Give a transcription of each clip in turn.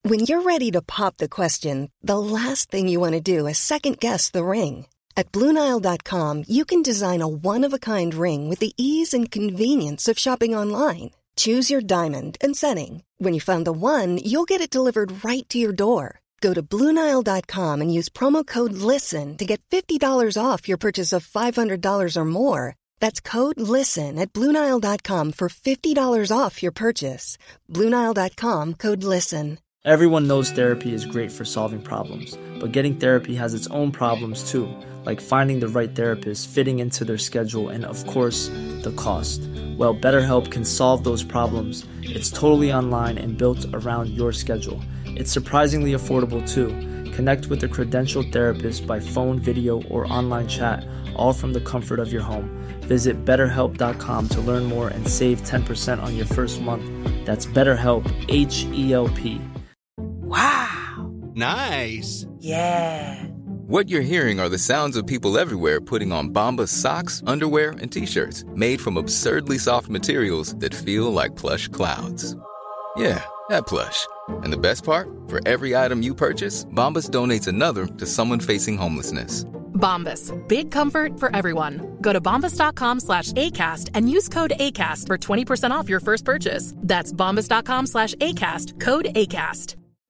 When you're ready to pop the question, the last thing you want to do is second-guess the ring. At BlueNile.com, you can design a one-of-a-kind ring with the ease and convenience of shopping online. Choose your diamond and setting. When you find the one, you'll get it delivered right to your door. Go to BlueNile.com and use promo code LISTEN to get $50 off your purchase of $500 or more. That's code LISTEN at BlueNile.com for $50 off your purchase. BlueNile.com, code LISTEN. Everyone knows therapy is great for solving problems, but getting therapy has its own problems too, like finding the right therapist, fitting into their schedule, and of course, the cost. Well, BetterHelp can solve those problems. It's totally online and built around your schedule. It's surprisingly affordable too. Connect with a credentialed therapist by phone, video, or online chat, all from the comfort of your home. Visit BetterHelp.com to learn more and save 10% on your first month. That's BetterHelp, H-E-L-P. Wow! Nice! Yeah! What you're hearing are the sounds of people everywhere putting on Bombas socks, underwear, and T-shirts made from absurdly soft materials that feel like plush clouds. Yeah, that plush. And the best part? For every item you purchase, Bombas donates another to someone facing homelessness. Bombas. Big comfort for everyone. Go to bombas.com/ACAST and use code ACAST for 20% off your first purchase. That's bombas.com/ACAST. Code ACAST.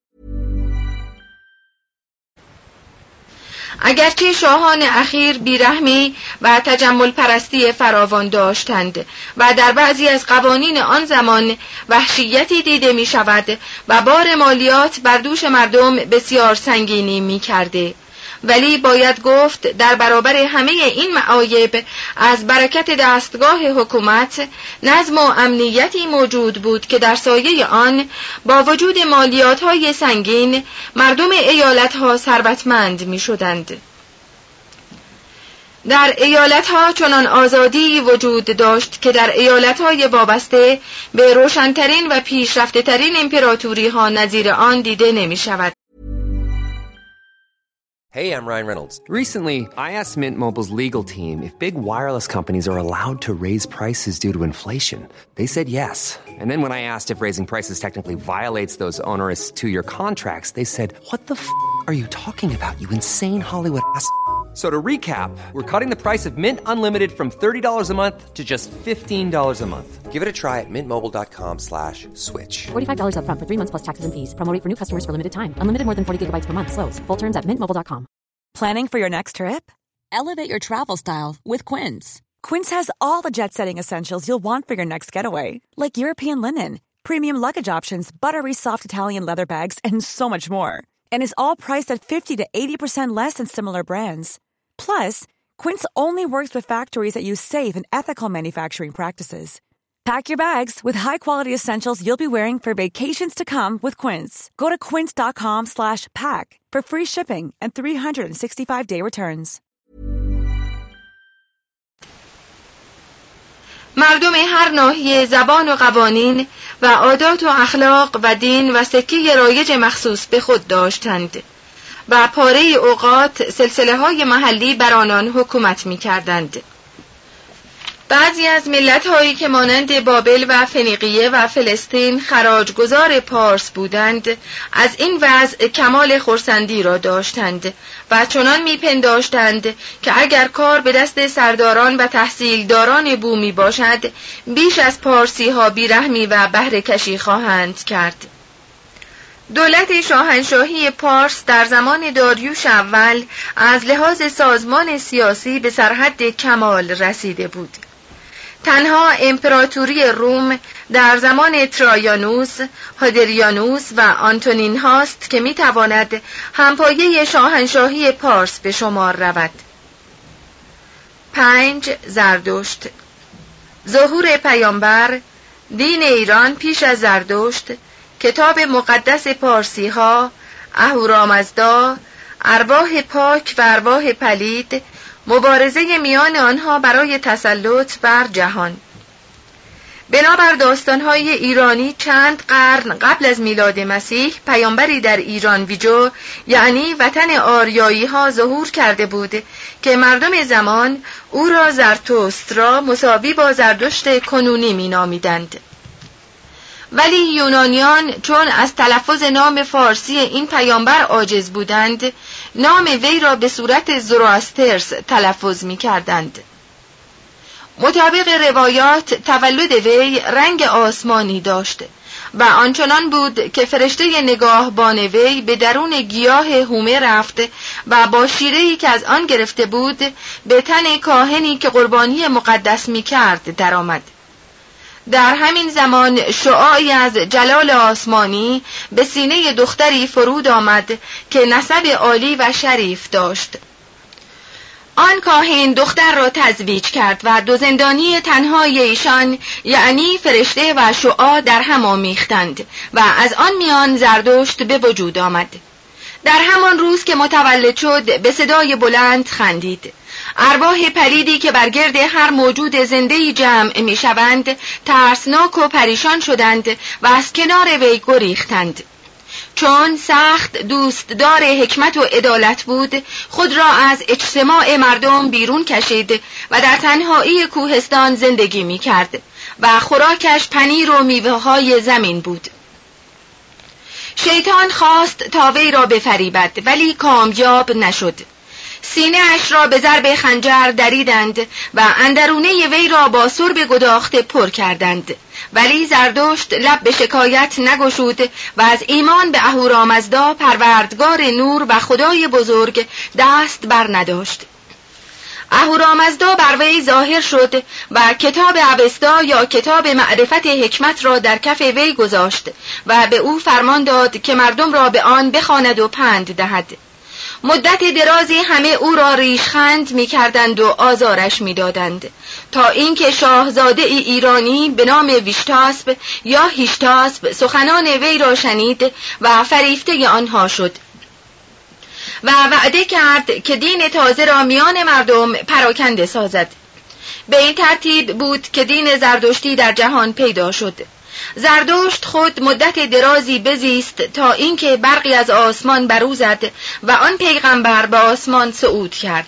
اگرچه شاهان اخیر بیرحمی و تجمل پرستی فراوان داشتند و در بعضی از قوانین آن زمان وحشیتی دیده می شود و بار مالیات بر دوش مردم بسیار سنگینی می کرده، ولی باید گفت در برابر همه این معایب از برکت دستگاه حکومت نظم و امنیتی موجود بود که در سایه آن با وجود مالیات‌های سنگین مردم ایالت‌ها ثروتمند می‌شدند. در ایالت‌ها چنان آزادی وجود داشت که در ایالت‌های وابسته به روشن‌ترین و پیشرفته‌ترین امپراتوری‌ها نظیر آن دیده نمی‌شود. Hey, I'm Ryan Reynolds. Recently, I asked Mint Mobile's legal team if big wireless companies are allowed to raise prices due to inflation. They said yes. And then when I asked if raising prices technically violates those onerous two-year contracts, they said, what the f*** are you talking about, you insane Hollywood ass So to recap, we're cutting the price of Mint Unlimited from $30 a month to just $15 a month. Give it a try at mintmobile.com/switch. $45 up front for 3 months plus taxes and fees. Promo rate for new customers for limited time. Unlimited more than 40 gigabytes per month. Slows full terms at mintmobile.com. Planning for your next trip? Elevate your travel style with Quince. Quince has all the jet-setting essentials you'll want for your next getaway, like European linen, premium luggage options, buttery soft Italian leather bags, and so much more. And is all priced at 50 to 80% less than similar brands. Plus, Quince only works with factories that use safe and ethical manufacturing practices. Pack your bags with high-quality essentials you'll be wearing for vacations to come with Quince. Go to quince.com/pack for free shipping and 365-day returns. مردم هر ناحیه زبان و قوانین و عادات و اخلاق و دین و سکه رایج مخصوص به خود داشتند و پاره اوقات سلسله‌های محلی بر آنان حکومت می‌کردند. بعضی از ملت‌هایی که مانند بابل و فنیقیه و فلسطین خراجگزار پارس بودند، از این وضع کمال خرسندی را داشتند و چنان می‌پنداشتند که اگر کار به دست سرداران و تحصیلداران بومی باشد، بیش از پارسی‌ها بیرحمی و بهره کشی خواهند کرد. دولت شاهنشاهی پارس در زمان داریوش اول از لحاظ سازمان سیاسی به سرحد کمال رسیده بود. تنها امپراتوری روم در زمان ترایانوس، هادریانوس و آنتونین هاست که میتواند همپایه شاهنشاهی پارس به شمار رود. 5. زرتشت. ظهور پیامبر، دین ایران پیش از زرتشت، کتاب مقدس پارسی ها، اهورامزدا، ارواح پاک و ارواح پلید، مبارزه میان آنها برای تسلط بر جهان. بنابر داستان‌های ایرانی چند قرن قبل از میلاد مسیح پیامبری در ایران ویجو یعنی وطن آریایی ها ظهور کرده بود که مردم زمان او را زرتشت را مساوی با زرتشت کنونی می نامیدند. ولی یونانیان چون از تلفظ نام فارسی این پیامبر عاجز بودند، نام وی را به صورت زروآسترس تلفظ می کردند. مطابق روایات تولد وی رنگ آسمانی داشت و آنچنان بود که فرشته نگاهبان وی به درون گیاه هومه رفت و با شیره‌ای که از آن گرفته بود به تن کاهنی که قربانی مقدس می کرد درآمد. در همین زمان شعاعی از جلال آسمانی به سینه دختری فرود آمد که نسب عالی و شریف داشت. آن کاهن دختر را تزویج کرد و دو زندانی تنهای ایشان یعنی فرشته و شعاع در هم آمیختند و از آن میان زردشت به وجود آمد. در همان روز که متولد شد به صدای بلند خندید. ارواح پلیدی که بر گرد هر موجود زنده‌ای جمع می‌شوند ترسناک و پریشان شدند و از کنار وی گریختند. چون سخت دوستدار حکمت و عدالت بود، خود را از اجتماع مردم بیرون کشید و در تنهایی کوهستان زندگی می‌کرد و خوراکش پنیر و میوه‌های زمین بود. شیطان خواست تا وی را بفریبد ولی کامیاب نشد. سینه اش را به ضرب خنجر دریدند و اندرونه وی را با سرب گداخته پر کردند، ولی زردشت لب به شکایت نگشود و از ایمان به اهورامزدا پروردگار نور و خدای بزرگ دست بر نداشت. اهورامزدا بر وی ظاهر شد و کتاب اوستا یا کتاب معرفت حکمت را در کف وی گذاشت و به او فرمان داد که مردم را به آن بخواند و پند دهد. مدت درازی همه او را ریشخند می کردند و آزارش می دادند تا اینکه شاهزاده ایرانی به نام ویشتاسپ یا هیشتاسپ سخنان وی را شنید و فریفته آنها شد و وعده کرد که دین تازه را میان مردم پراکنده سازد. به این ترتیب بود که دین زردشتی در جهان پیدا شد. زردشت خود مدت درازی بزیست تا اینکه برقی از آسمان برو زد و آن پیغمبر به آسمان صعود کرد.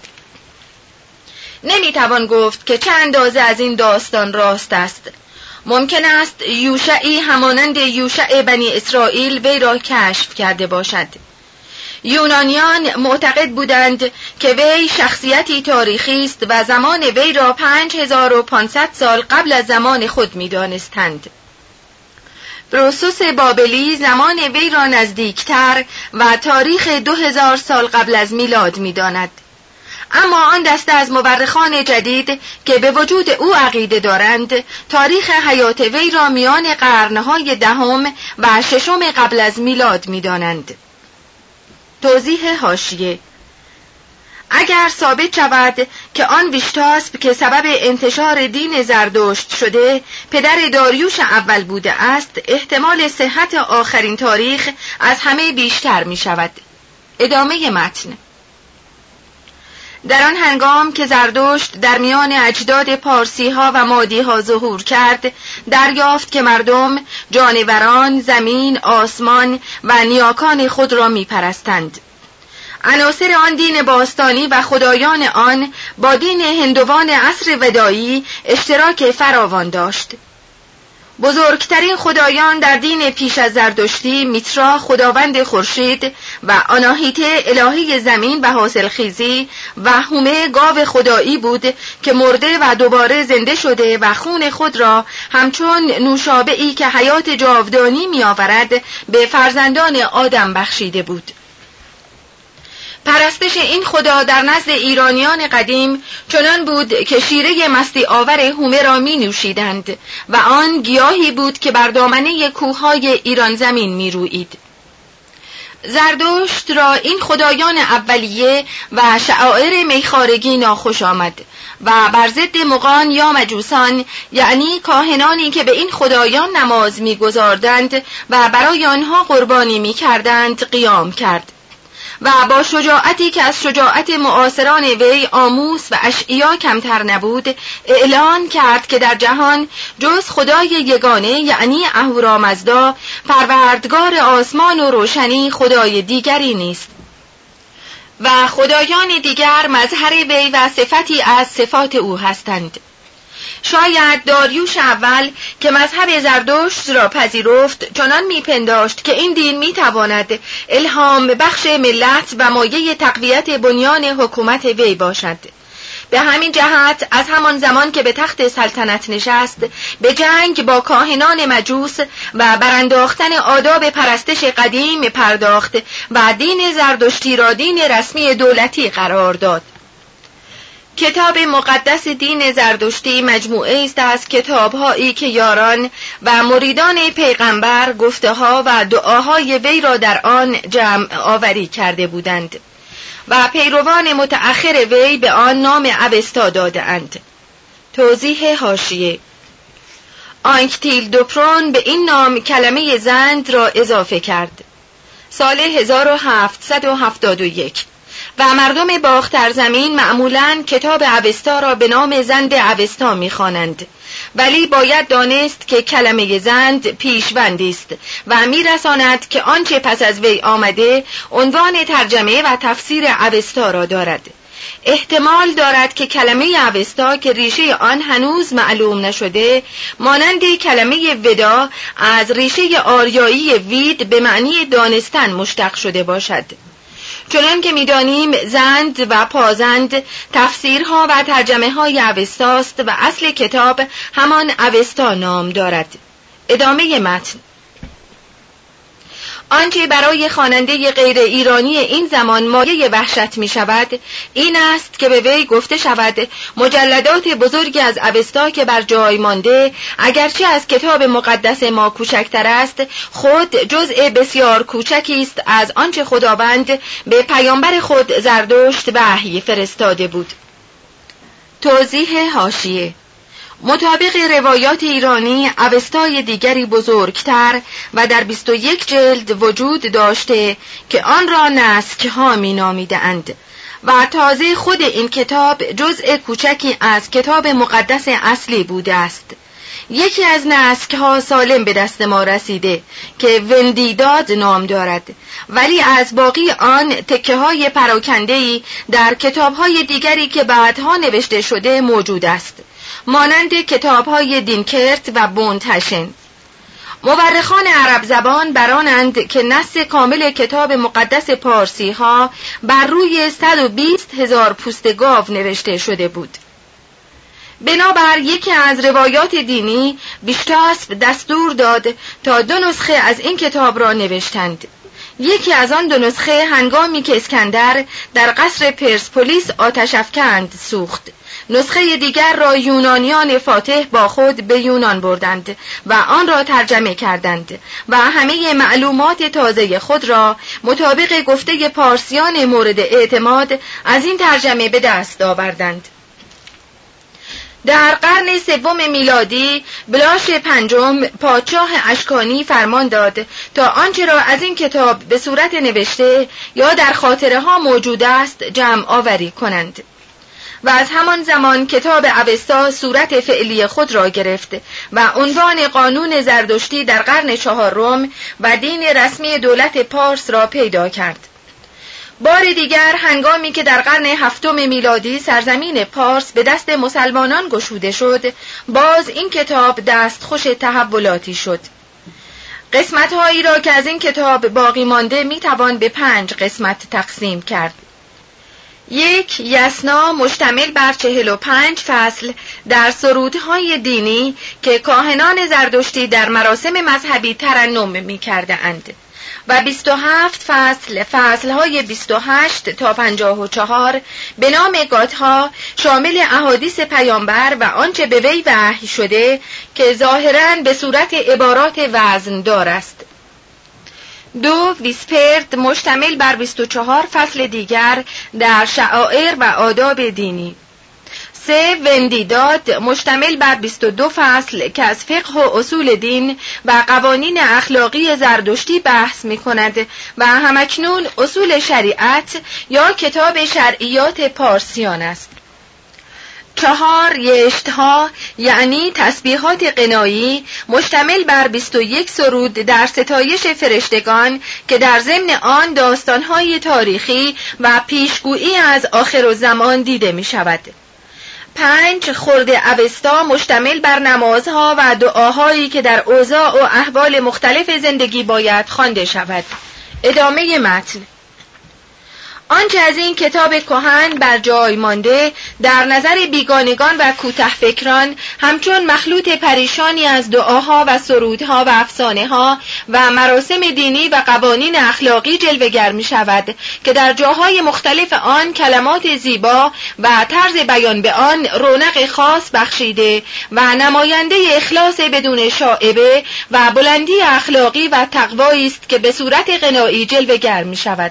نمیتوان گفت که چه اندازه از این داستان راست است. ممکن است یوشعی همانند یوشع بنی اسرائیل وی را کشف کرده باشد. یونانیان معتقد بودند که وی شخصیتی تاریخی است و زمان وی را 5500 سال قبل از زمان خود می‌دانستند. پروسوس بابلی زمان وی را نزدیکتر و تاریخ 2000 سال قبل از میلاد می‌داند. اما آن دسته از مورخان جدید که به وجود او عقیده دارند تاریخ حیات وی را میان قرن‌های 10 و 6 قبل از میلاد می‌دانند. توضیح حاشیه: اگر ثابت شود که آن ویشتاسپ که سبب انتشار دین زردشت شده پدر داریوش اول بوده است، احتمال صحت آخرین تاریخ از همه بیشتر می شود. ادامه متن: در آن هنگام که زردشت در میان اجداد پارسی ها و مادی ها ظهور کرد، دریافت که مردم جانوران، زمین، آسمان و نیاکان خود را می پرستند. عناصر آن دین باستانی و خدایان آن با دین هندوان عصر ودایی اشتراک فراوان داشت. بزرگترین خدایان در دین پیش از زردشتی میترا خداوند خورشید و آناهیته الهی زمین و حاصلخیزی و هومه گاو خدایی بود که مرده و دوباره زنده شده و خون خود را همچون نوشابه‌ای که حیات جاودانی می‌آورد به فرزندان آدم بخشیده بود. پرستش این خدا در نزد ایرانیان قدیم چنان بود که شیره مستی آور هومه را می نوشیدند و آن گیاهی بود که بر دامنه کوههای ایران زمین می رویید. زردشت را این خدایان اولیه و شعائر میخارگی ناخوش آمد و بر ضد مغان یا مجوسان، یعنی کاهنانی که به این خدایان نماز می گذاردند و برای آنها قربانی می کردند قیام کرد و با شجاعتی که از شجاعت معاصران وی آموس و اشعیا کمتر نبود، اعلان کرد که در جهان جز خدای یگانه یعنی اهورامزدا پروردگار آسمان و روشنی خدای دیگری نیست و خدایان دیگر مظهر وی و صفتی از صفات او هستند. شاید داریوش اول که مذهب زردشت را پذیرفت چنان میپنداشت که این دین میتواند الهام بخش ملت و مایه تقویت بنیان حکومت وی باشد. به همین جهت از همان زمان که به تخت سلطنت نشست به جنگ با کاهنان مجوس و برانداختن آداب پرستش قدیم پرداخت و دین زردشتی را دین رسمی دولتی قرار داد. کتاب مقدس دین زردشتی مجموعه است از کتاب‌هایی که یاران و مریدان پیغمبر گفته‌ها و دعاهای وی را در آن جمع آوری کرده بودند و پیروان متأخر وی به آن نام اوستا داده‌اند. توضیح حاشیه: آنکتیل دوپرون به این نام کلمه زند را اضافه کرد. سال 1771 و مردم باختر زمین معمولاً کتاب اوستا را به نام زند اوستا می‌خوانند، ولی باید دانست که کلمه زند پیشوندی است و می‌رساند که آنچه پس از وی آمده عنوان ترجمه و تفسیر اوستا را دارد. احتمال دارد که کلمه اوستا که ریشه آن هنوز معلوم نشده مانند کلمه ودا از ریشه آریایی وید به معنی دانستن مشتق شده باشد. چنان که می‌دانیم زند و پازند تفسیرها و ترجمه های اوستاست و اصل کتاب همان اوستا نام دارد. ادامه متن: آنچه برای خواننده غیر ایرانی این زمان مایه وحشت می شود این است که به وی گفته شود مجلدات بزرگی از اوستا که بر جای مانده اگرچه از کتاب مقدس ما کوچکتر است خود جزء بسیار کوچکی است از آنچه خداوند به پیامبر خود زردشت وحی فرستاده بود. توضیح حاشیه: مطابق روایات ایرانی اوستای دیگری بزرگتر و در 21 جلد وجود داشته که آن را نسک ها می نامیدند و تازه خود این کتاب جزء کوچکی از کتاب مقدس اصلی بوده است. یکی از نسک ها سالم به دست ما رسیده که وندیداد نام دارد، ولی از باقی آن تکه های پراکنده‌ای در کتاب های دیگری که بعدها نوشته شده موجود است، مانند کتاب‌های دینکرت و بونتشن. مورخان عرب زبان برانند که نص کامل کتاب مقدس پارسی ها بر روی 120,000 پوست گاو نوشته شده بود. بنابر یکی از روایات دینی بیشتاسب دستور داد تا 2 نسخه از این کتاب را نوشتند. یکی از آن 2 نسخه هنگامی که اسکندر در قصر پرسپولیس آتش افکند سوخت. نسخه دیگر را یونانیان فاتح با خود به یونان بردند و آن را ترجمه کردند و همه معلومات تازه خود را مطابق گفته پارسیان مورد اعتماد از این ترجمه به دست آوردند. در قرن 3 میلادی بلاش پنجم پادشاه اشکانی فرمان داد تا آنچه را از این کتاب به صورت نوشته یا در خاطره ها موجود است جمع آوری کنند و از همان زمان کتاب اوستا صورت فعلی خود را گرفت و عنوان قانون زردشتی در قرن 4 و دین رسمی دولت پارس را پیدا کرد. بار دیگر هنگامی که در قرن 7 میلادی سرزمین پارس به دست مسلمانان گشوده شد، باز این کتاب دستخوش تحولاتی شد. قسمت‌هایی را که از این کتاب باقی مانده میتوان به 5 قسمت تقسیم کرد. 1. یسنا مشتمل بر 45 فصل در سرودهای دینی که کاهنان زردشتی در مراسم مذهبی ترنم می‌کردند و 27 فصلهای 28 تا 54 به نام گاتها شامل احادیث پیامبر و آنچه به وی وحی شده که ظاهراً به صورت عبارات وزندار است. 2. ویسپرد مشتمل بر 24 فصل دیگر در شعائر و آداب دینی. 3. وندیداد مشتمل بر 22 فصل که از فقه و اصول دین و قوانین اخلاقی زردشتی بحث می کند و همکنون اصول شریعت یا کتاب شرعیات پارسیان است. 4. یشتها یعنی تسبیحات غنایی مشتمل بر 21 سرود در ستایش فرشتگان که در ضمن آن داستانهای تاریخی و پیشگویی از آخرالزمان دیده می شود. 5 خرده اوستا مشتمل بر نمازها و دعاهایی که در اوضاع و احوال مختلف زندگی باید خوانده شود. ادامه متن. آنچه از این کتاب کهن بر جای مانده در نظر بیگانگان و کوته فکران همچون مخلوط پریشانی از دعاها و سرودها و افسانه‌ها و مراسم دینی و قوانین اخلاقی جلوه‌گر می شود که در جاهای مختلف آن کلمات زیبا و طرز بیان به آن رونق خاص بخشیده و نماینده اخلاص بدون شائبه و بلندی اخلاقی و تقوایی است که به صورت غنایی جلوه‌گر می شود.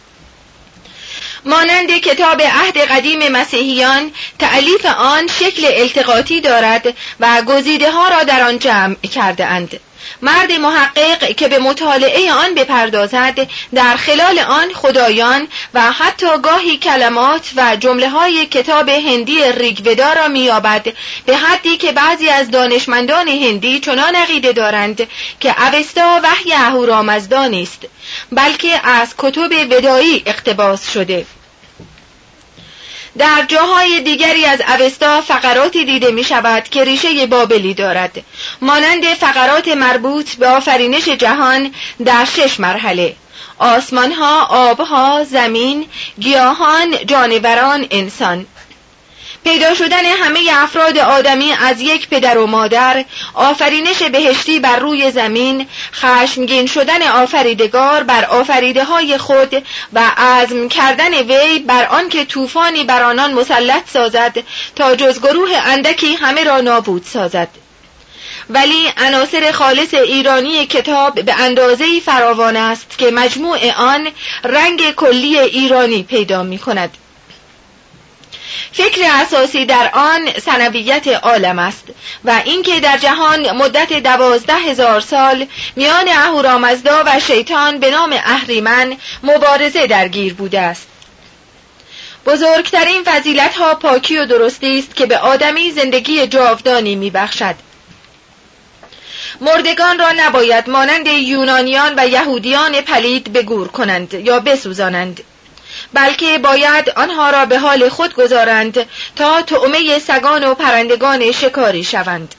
مانند کتاب عهد قدیم مسیحیان، تألیف آن شکل التقاطی دارد و گزیده ها را در آن جمع کرده اند. مرد محقق که به مطالعه آن بپردازد در خلال آن خدایان و حتی گاهی کلمات و جمله های کتاب هندی ریگودا را می‌یابد، به حدی که بعضی از دانشمندان هندی چنان عقیده دارند که اوستا وحی اهورامزدا نیست بلکه از کتب ودایی اقتباس شده. در جاهای دیگری از اوستا فقراتی دیده می شود که ریشه بابلی دارد، مانند فقرات مربوط به آفرینش جهان در 6 مرحله: آسمانها، آبها، زمین، گیاهان، جانوران، انسان. پیدا شدن همه افراد آدمی از یک پدر و مادر، آفرینش بهشتی بر روی زمین، خشمگین شدن آفریدگار بر آفریده های خود و عزم کردن وی بر آن که طوفانی بر آنان مسلط سازد تا جز گروه اندکی همه را نابود سازد. ولی عناصر خالص ایرانی کتاب به اندازه‌ای فراوان است که مجموع آن رنگ کلی ایرانی پیدا می کند. فکر اساسی در آن ثنویت عالم است و اینکه در جهان مدت 12,000 سال میان اهورامزدا و شیطان به نام اهریمن مبارزه درگیر بوده است. بزرگترین فضیلت‌ها پاکی و درستی است که به آدمی زندگی جاودانی میبخشد. مردگان را نباید مانند یونانیان و یهودیان پلید به گور کنند یا بسوزانند، بلکه باید آنها را به حال خود گذارند تا طعمه سگان و پرندگان شکاری شوند.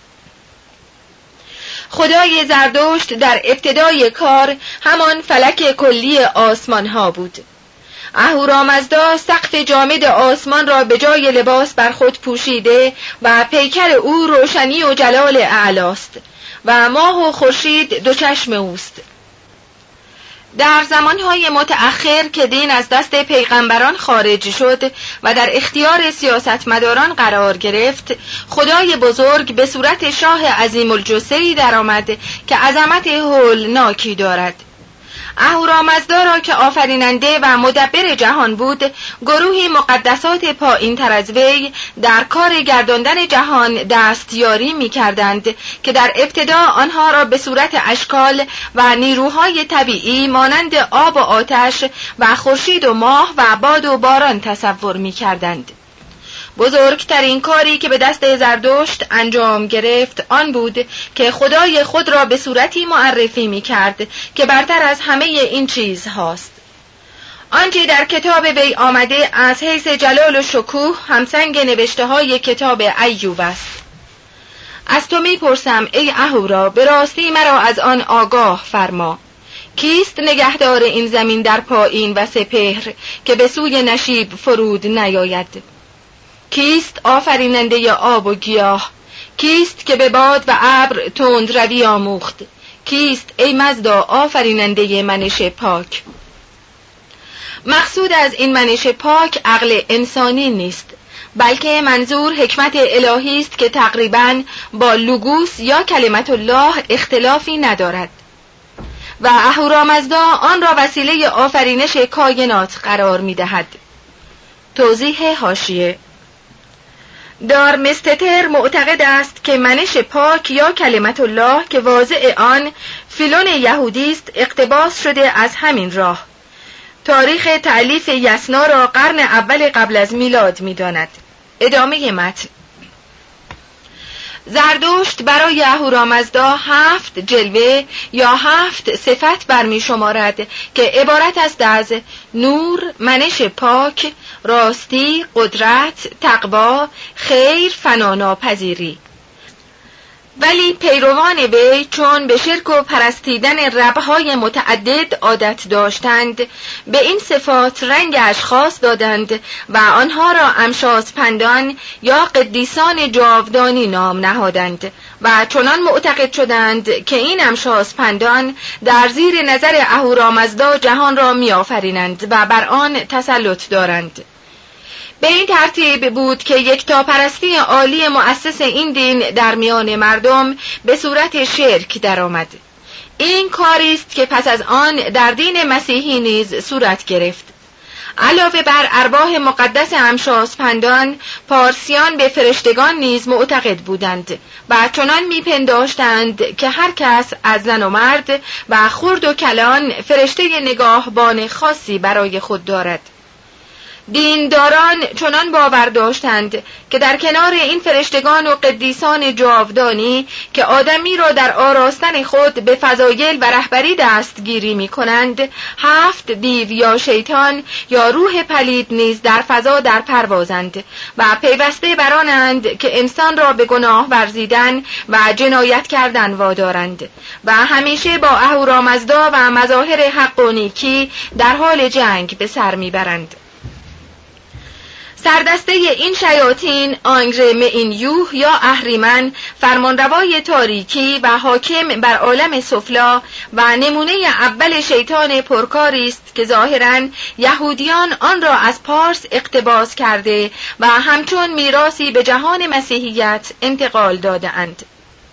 خدای زردشت در ابتدای کار همان فلک کلی آسمان ها بود. اهورامزدا سقف جامد آسمان را به جای لباس بر خود پوشیده و پیکر او روشنی و جلال اعلاست و ماه و خورشید دو چشم اوست. در زمانهای متأخر که دین از دست پیغمبران خارج شد و در اختیار سیاستمداران قرار گرفت، خدای بزرگ به صورت شاه عظیم الجثه‌ای درآمد که عظمت هولناکی دارد. اهورامزدا را که آفریننده و مدبر جهان بود، گروهی مقدسات پایین تر از وی در کار گرداندن جهان دستیاری می کردند که در ابتدا آنها را به صورت اشکال و نیروهای طبیعی مانند آب و آتش و خورشید و ماه و باد و باران تصور می کردند. بزرگترین کاری که به دست زردشت انجام گرفت آن بود که خدای خود را به صورتی معرفی می کرد که برتر از همه این چیز هاست. آنچه در کتاب وی آمده از حیث جلال و شکوه همسنگ نوشته های کتاب ایوب است. از تو می پرسم ای اهورا، به راستی مرا از آن آگاه فرما. کیست نگهدار این زمین در پایین و سپهر که به سوی نشیب فرود نیاید؟ کیست آفریننده آب و گیاه؟ کیست که به باد و ابر تند روی آموخت؟ کیست ای مزدا آفریننده منش پاک؟ مقصود از این منش پاک عقل انسانی نیست، بلکه منظور حکمت الهی است که تقریباً با لوگوس یا کلمت الله اختلافی ندارد و اهورامزدا آن را وسیله آفرینش کائنات قرار می‌دهد. توضیح حاشیه: دارمستتر معتقد است که منش پاک یا کلمت الله که واضع آن فیلون یهودی است اقتباس شده از همین راه. تاریخ تألیف یسنا را قرن اول قبل از میلاد می‌داند. ادامه متن. زردشت برای اهورامزدا 7 جلوه یا 7 صفت برمی شمارد که عبارت است از نور، منش پاک، راستی، قدرت، تقوا، خیر، فناناپذیری. ولی پیروان وی چون به شرک و پرستیدن رب‌های متعدد عادت داشتند، به این صفات رنگ اشخاص دادند و آنها را امشاسپندان یا قدیسان جاودانی نام نهادند و چنان معتقد شدند که این امشاسپندان در زیر نظر اهورامزدا جهان را می‌آفرینند و بر آن تسلط دارند. به این ترتیب بود که یکتاپرستی عالی مؤسس این دین در میان مردم به صورت شرک درآمد. این کاری است که پس از آن در دین مسیحی نیز صورت گرفت. علاوه بر ارواح مقدس امشاسپندان، پارسیان به فرشتگان نیز معتقد بودند و چنان میپنداشتند که هر کس از زن و مرد و خرد و کلان فرشته نگاهبان خاصی برای خود دارد. دینداران چنان باور داشتند که در کنار این فرشتگان و قدیسان جاودانی که آدمی را در آراستن خود به فضایل و رهبری دستگیری می کنند، 7 دیو یا شیطان یا روح پلید نیز در فضا در پروازند و پیوسته برانند که انسان را به گناه ورزیدن و جنایت کردن وادارند و همیشه با اهورامزدا و مظاهر حق و نیکی در حال جنگ به سر میبرند. سردسته این شیاطین، آنگره مئینیوه یا اهریمن، فرمانروای تاریکی و حاکم بر عالم سفلا و نمونه اول شیطان پرکاری است که ظاهراً یهودیان آن را از پارس اقتباس کرده و همچون میراثی به جهان مسیحیت انتقال داده اند.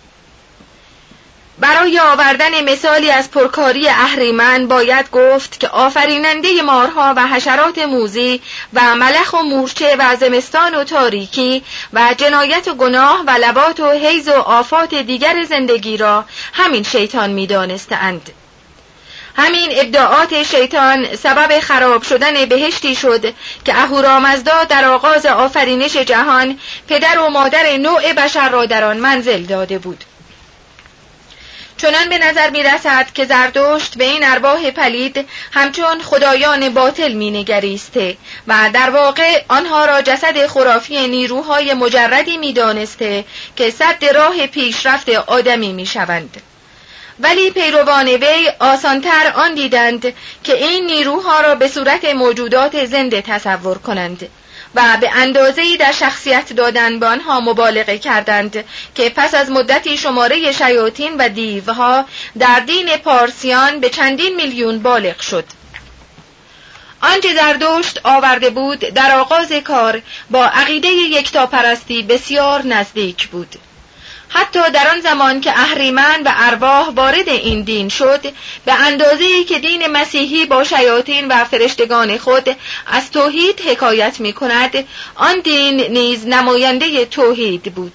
برای آوردن مثالی از پرکاری اهریمن باید گفت که آفریننده مارها و حشرات موذی و ملخ و مورچه و زمستان و تاریکی و جنایت و گناه و لواط و حیض و آفات دیگر زندگی را همین شیطان می‌دانستند. همین ابداعات شیطان سبب خراب شدن بهشتی شد که اهورامزدا در آغاز آفرینش جهان پدر و مادر نوع بشر را در آن منزل داده بود. چنان به نظر می رسد که زردشت به این ارواح پلید همچون خدایان باطل می نگریسته و در واقع آنها را جسد خرافی نیروهای مجردی می دانسته که سد راه پیشرفت آدمی می شوند. ولی پیروان وی آسانتر آن دیدند که این نیروها را به صورت موجودات زنده تصور کنند و به اندازه‌ای در شخصیت دادن به آنها مبالغه کردند که پس از مدتی شماره شیاطین و دیوها در دین پارسیان به چندین میلیون بالغ شد. آنچه زردشت آورده بود در آغاز کار با عقیده یکتاپرستی بسیار نزدیک بود. حتی در آن زمان که اهریمن و ارواح وارد این دین شد، به اندازه‌ای که دین مسیحی با شیاطین و فرشتگان خود از توحید حکایت می کند، آن دین نیز نماینده توحید بود.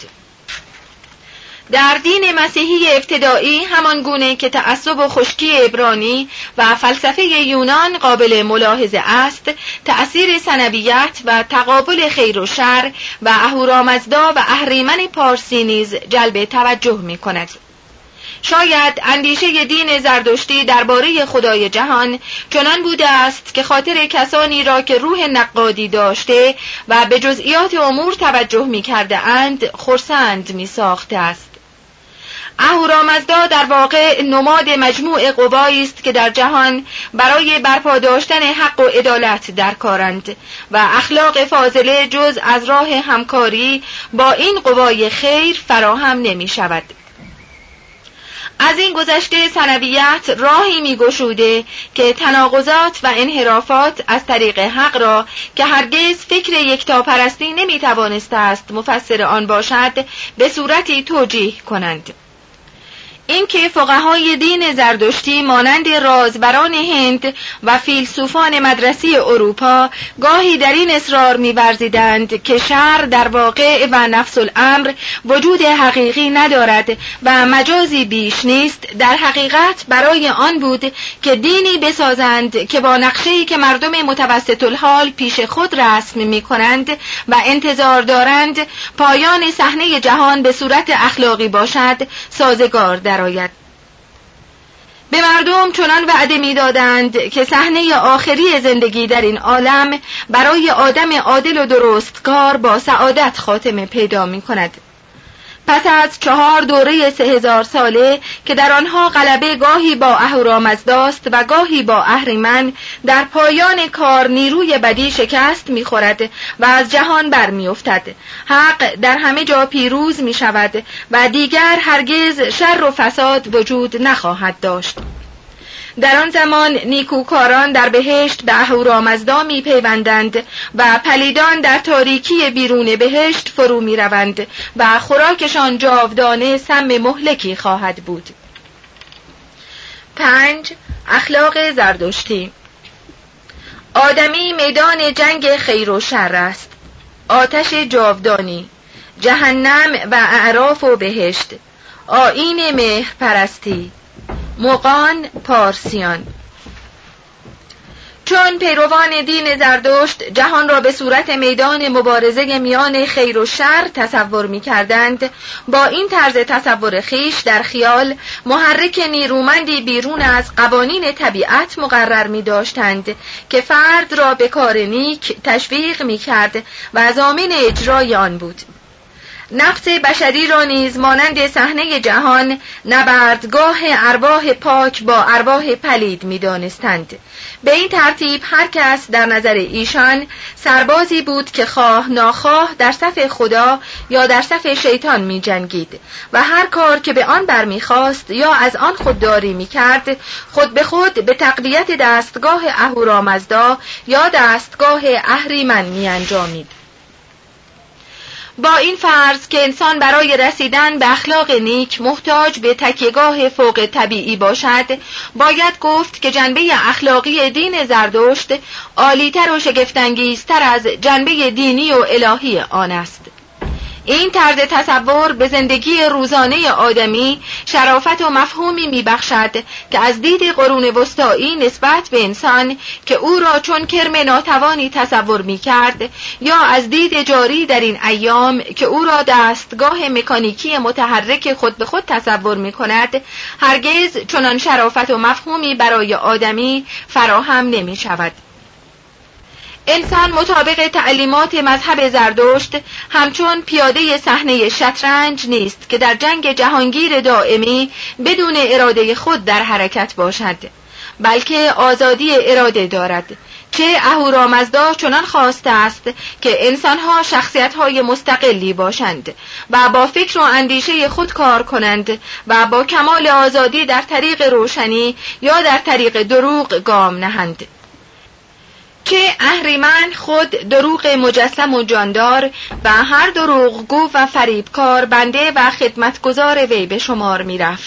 در دین مسیحی ابتدایی همان گونه که تعصب و خشکی عبرانی و فلسفه یونان قابل ملاحظه است، تأثیر ثنویت و تقابل خیر و شر و اهورامزدا و اهریمن پارسی نیز جلب توجه می کند. شاید اندیشه دین زردشتی درباره خدای جهان چنان بوده است که خاطر کسانی را که روح نقادی داشته و به جزئیات امور توجه می کرده اند خرسند می ساخته است. اهورامزدا در واقع نماد مجموع قوایی است که در جهان برای برپا داشتن حق و عدالت در کارند و اخلاق فاضله جز از راه همکاری با این قوای خیر فراهم نمی شود. از این گذشته ثنویت راهی می گشوده که تناقضات و انحرافات از طریق حق را که هرگز فکر یکتاپرستی نمی توانسته است مفسر آن باشد به صورتی توجیه کنند. اینکه فقهای دین زردشتی مانند رازبران هند و فیلسوفان مدرسی اروپا گاهی در این اصرار می‌ورزیدند که شر در واقع و نفس الامر وجود حقیقی ندارد و مجازی بیش نیست، در حقیقت برای آن بود که دینی بسازند که با نقشه‌ای که مردم متوسط الحال پیش خود رسم می‌کنند و انتظار دارند پایان صحنه جهان به صورت اخلاقی باشد سازگار درآید. به مردم چنان وعده می‌دادند که صحنه آخری زندگی در این عالم برای آدم عادل و درستکار با سعادت خاتمه پیدا می‌کند. پس از 4 دوره 3000 ساله که در آنها غلبه گاهی با اهورامزداست و گاهی با اهریمن، در پایان کار نیروی بدی شکست می‌خورد و از جهان برمی‌افتد. حق در همه جا پیروز می‌شود و دیگر هرگز شر و فساد وجود نخواهد داشت. در آن زمان نیکوکاران در بهشت به اهورامزدا می‌پیوندند و پلیدان در تاریکی بیرون بهشت فرو می‌روند و خوراکشان جاودانه سم مهلکی خواهد بود. 5. اخلاق زردشتی. آدمی میدان جنگ خیر و شر است. آتش جاودانی، جهنم و اعراف و بهشت، آیین مهرپرستی، مغان، پارسیان. چون پیروان دین زردشت جهان را به صورت میدان مبارزه میان خیر و شر تصور می کردند، با این طرز تصور خیش در خیال محرک نیرومندی بیرون از قوانین طبیعت مقرر می داشتند که فرد را به کار نیک تشویق می کرد و ضامن اجرای آن بود. نفس بشری را نیز مانند صحنه جهان نبردگاه ارواح پاک با ارواح پلید می دانستند. به این ترتیب هر کس در نظر ایشان سربازی بود که خواه ناخواه در صف خدا یا در صف شیطان می جنگید و هر کار که به آن برمیخواست یا از آن خودداری می کرد خود به خود به تقویت دستگاه اهورامزدا یا دستگاه اهریمن می انجامید. با این فرض که انسان برای رسیدن به اخلاق نیک محتاج به تکیهگاه فوق طبیعی باشد، باید گفت که جنبه اخلاقی دین زردشت عالی‌تر و شگفت‌انگیزتر از جنبه دینی و الهی آن است. این طرز تصور به زندگی روزانه آدمی شرافت و مفهومی میبخشد که از دید قرون وسطایی نسبت به انسان که او را چون کرم ناتوانی تصور میکرد، یا از دید جاری در این ایام که او را دستگاه مکانیکی متحرک خود به خود تصور میکند، هرگز چنان شرافت و مفهومی برای آدمی فراهم نمیشود. انسان مطابق تعلیمات مذهب زردشت همچون پیاده صحنه شطرنج نیست که در جنگ جهانگیر دائمی بدون اراده خود در حرکت باشد، بلکه آزادی اراده دارد. چه اهورامزدا چنان خواسته است که انسانها شخصیت‌های مستقلی باشند و با فکر و اندیشه خود کار کنند و با کمال آزادی در طریق روشنی یا در طریق دروغ گام نهند. که اهریمن خود دروغ مجسم و جاندار و هر دروغگو و فریبکار بنده و خدمتگزار وی به شمار می رفت.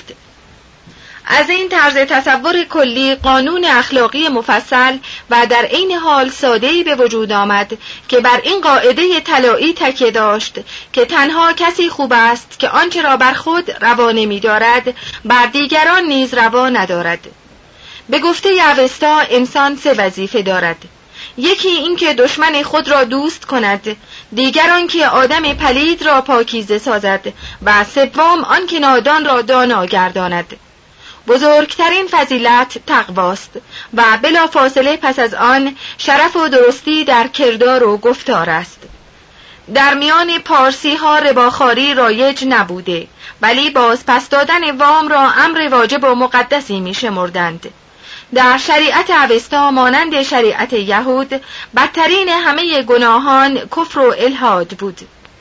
از این طرز تصور کلی قانون اخلاقی مفصل و در عین حال ساده‌ای به وجود آمد که بر این قاعده طلایی تکیه داشت که تنها کسی خوب است که آنچه را بر خود روا نمی‌دارد بر دیگران نیز روا ندارد. به گفته اوستا انسان 3 وظیفه دارد: یکی این که دشمن خود را دوست کند، دیگر آن که آدم پلید را پاکیزه سازد و سوم آن که نادان را دانا گرداند. بزرگترین فضیلت تقواست و بلافاصله پس از آن شرف و درستی در کردار و گفتار است. در میان پارسی ها رباخواری رایج نبوده، ولی باز پس دادن وام را امر واجب و مقدسی می شمردند. در شریعت اوستا مانند شریعت یهود بدترین همه گناهان کفر و الحاد بود.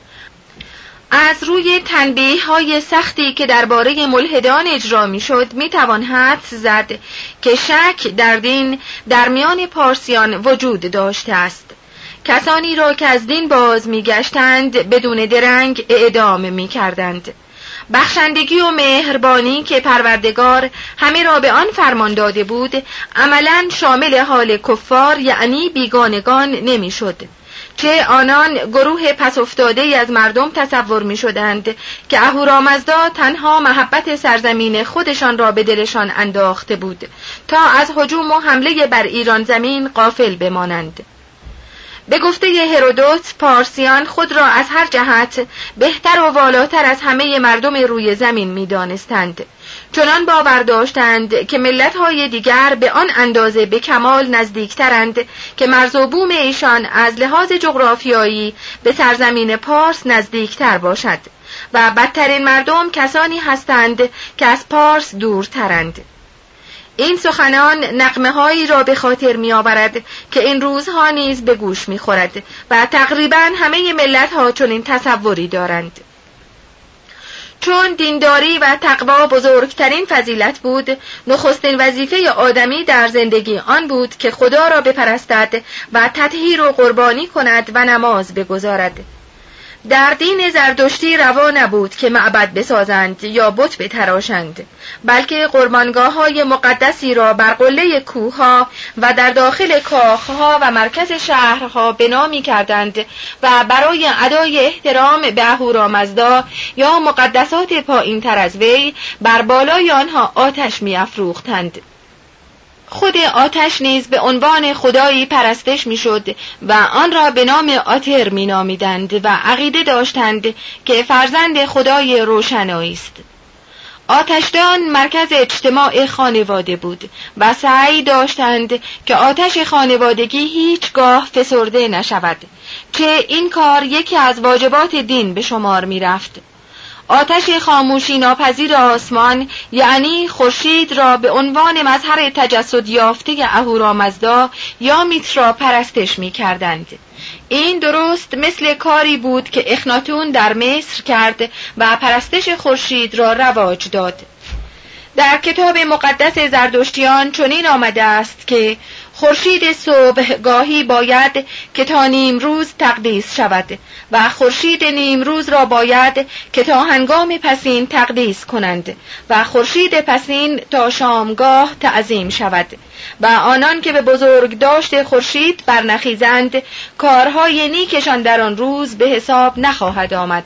از روی تنبیه‌های سختی که درباره ملحدان اجرا می‌شد می‌توان حدس زد که شک در دین در میان پارسیان وجود داشته است. کسانی را که از دین باز می‌گشتند بدون درنگ اعدام می‌کردند. بخشندگی و مهربانی که پروردگار همه را به آن فرمان داده بود عملاً شامل حال کفار یعنی بیگانگان نمی‌شد. چه آنان گروه پس افتاده از مردم تصور می شدند که اهورامزدا تنها محبت سرزمین خودشان را به دلشان انداخته بود تا از هجوم و حمله بر ایران زمین غافل بمانند. به گفته هرودوت پارسیان خود را از هر جهت بهتر و والاتر از همه مردم روی زمین می دانستند، چنان باور داشتند که ملت‌های دیگر به آن اندازه به کمال نزدیکترند که مرز و بوم ایشان از لحاظ جغرافیایی به سرزمین پارس نزدیکتر باشد و بدترین مردم کسانی هستند که از پارس دورترند. این سخنان نغمه‌هایی را به خاطر می‌آورد که این روزها نیز به گوش می‌خورد و تقریباً همه ملت‌ها چنین تصوری دارند. چون دینداری و تقوا بزرگترین فضیلت بود، نخستین وظیفه آدمی در زندگی آن بود که خدا را بپرستد و تطهیر و قربانی کند و نماز بگزارد. در دین زردشتی روا نبود که معبد بسازند یا بت بتراشند، بلکه قربانگاه‌های مقدسی را بر قله کوه‌ها و در داخل کاخ‌ها و مرکز شهرها بنا می‌کردند و برای ادای احترام به اهورامزدا یا مقدسات پایین‌تر از وی بر بالای آنها آتش می‌افروختند. خود آتش نیز به عنوان خدایی پرستش میشد و آن را به نام آتر مینامیدند و عقیده داشتند که فرزند خدای روشنایی است. آتشدان مرکز اجتماع خانواده بود و سعی داشتند که آتش خانوادگی هیچگاه فسرده نشود، که این کار یکی از واجبات دین به شمار می رفت. آتش خاموشی ناپذیر آسمان یعنی خورشید را به عنوان مظهر تجسد یافته اهورامزدا یا میترا پرستش می کردند. این درست مثل کاری بود که اخناتون در مصر کرد و پرستش خورشید را رواج داد. در کتاب مقدس زردشتیان چنین آمده است که خورشید صبح گاهی باید که تا نیمروز تقدیس شود و خورشید نیمروز را باید که تا هنگام پسین تقدیس کنند و خورشید پسین تا شامگاه تعظیم شود و آنان که به بزرگ داشت خورشید برنخیزند کارهای نیکشان در آن روز به حساب نخواهد آمد.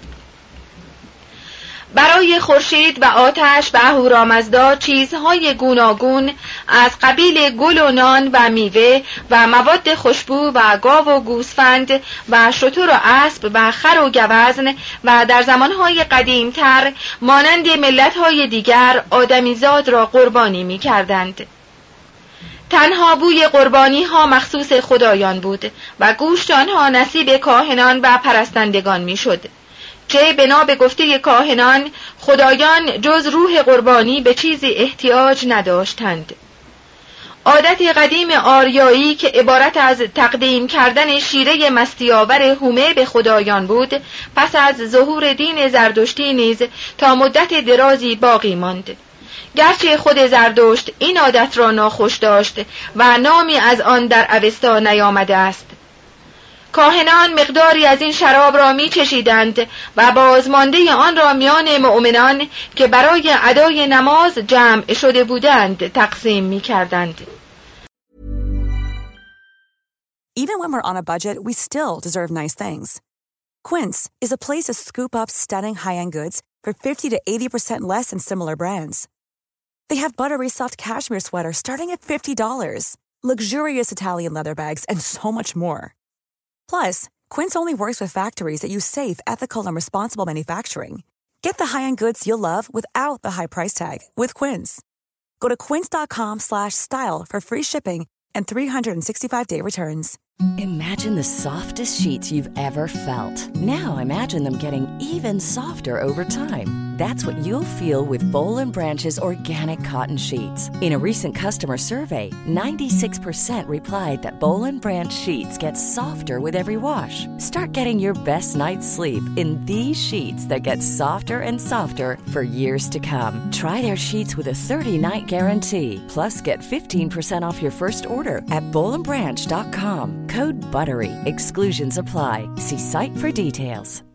برای خورشید و آتش و اهورامزدا چیزهای گوناگون از قبیل گل و نان و میوه و مواد خوشبو و گاو و گوسفند و شتر و اسب و خر و گوزن و در زمانهای قدیمتر مانند ملتهای دیگر آدمیزاد را قربانی می کردند. تنها بوی قربانی ها مخصوص خدایان بود و گوشت آنها نصیب کاهنان و پرستندگان می شد، که بنا به گفته کاهنان خدایان جز روح قربانی به چیزی احتیاج نداشتند. عادت قدیم آریایی که عبارت از تقدیم کردن شیره مستیاور هومه به خدایان بود، پس از ظهور دین زردشتی نیز تا مدت درازی باقی ماند. گرچه خود زردشت این عادت را ناخوش داشت و نامی از آن در اوستا نیامده است. کاهنان مقداری از این شراب را می چشیدند و بازمانده آن را میان مؤمنان که برای ادای نماز جمع شده بودند تقسیم می کردند. Even when we're on a budget, we still deserve nice things. Quince is a place to scoop up stunning high-end goods for 50 to 80% less than similar brands. They have buttery soft cashmere sweaters starting at $50, luxurious Italian leather bags, and so much more. Plus, Quince only works with factories that use safe, ethical, and responsible manufacturing. Get the high-end goods you'll love without the high price tag with Quince. Go to quince.com/style for free shipping and 365-day returns. Imagine the softest sheets you've ever felt. Now imagine them getting even softer over time. That's what you'll feel with Boll & Branch's organic cotton sheets. In a recent customer survey, 96% replied that Boll & Branch sheets get softer with every wash. Start getting your best night's sleep in these sheets that get softer and softer for years to come. Try their sheets with a 30-night guarantee. Plus, get 15% off your first order at bollandbranch.com. Code BUTTERY. Exclusions apply. See site for details.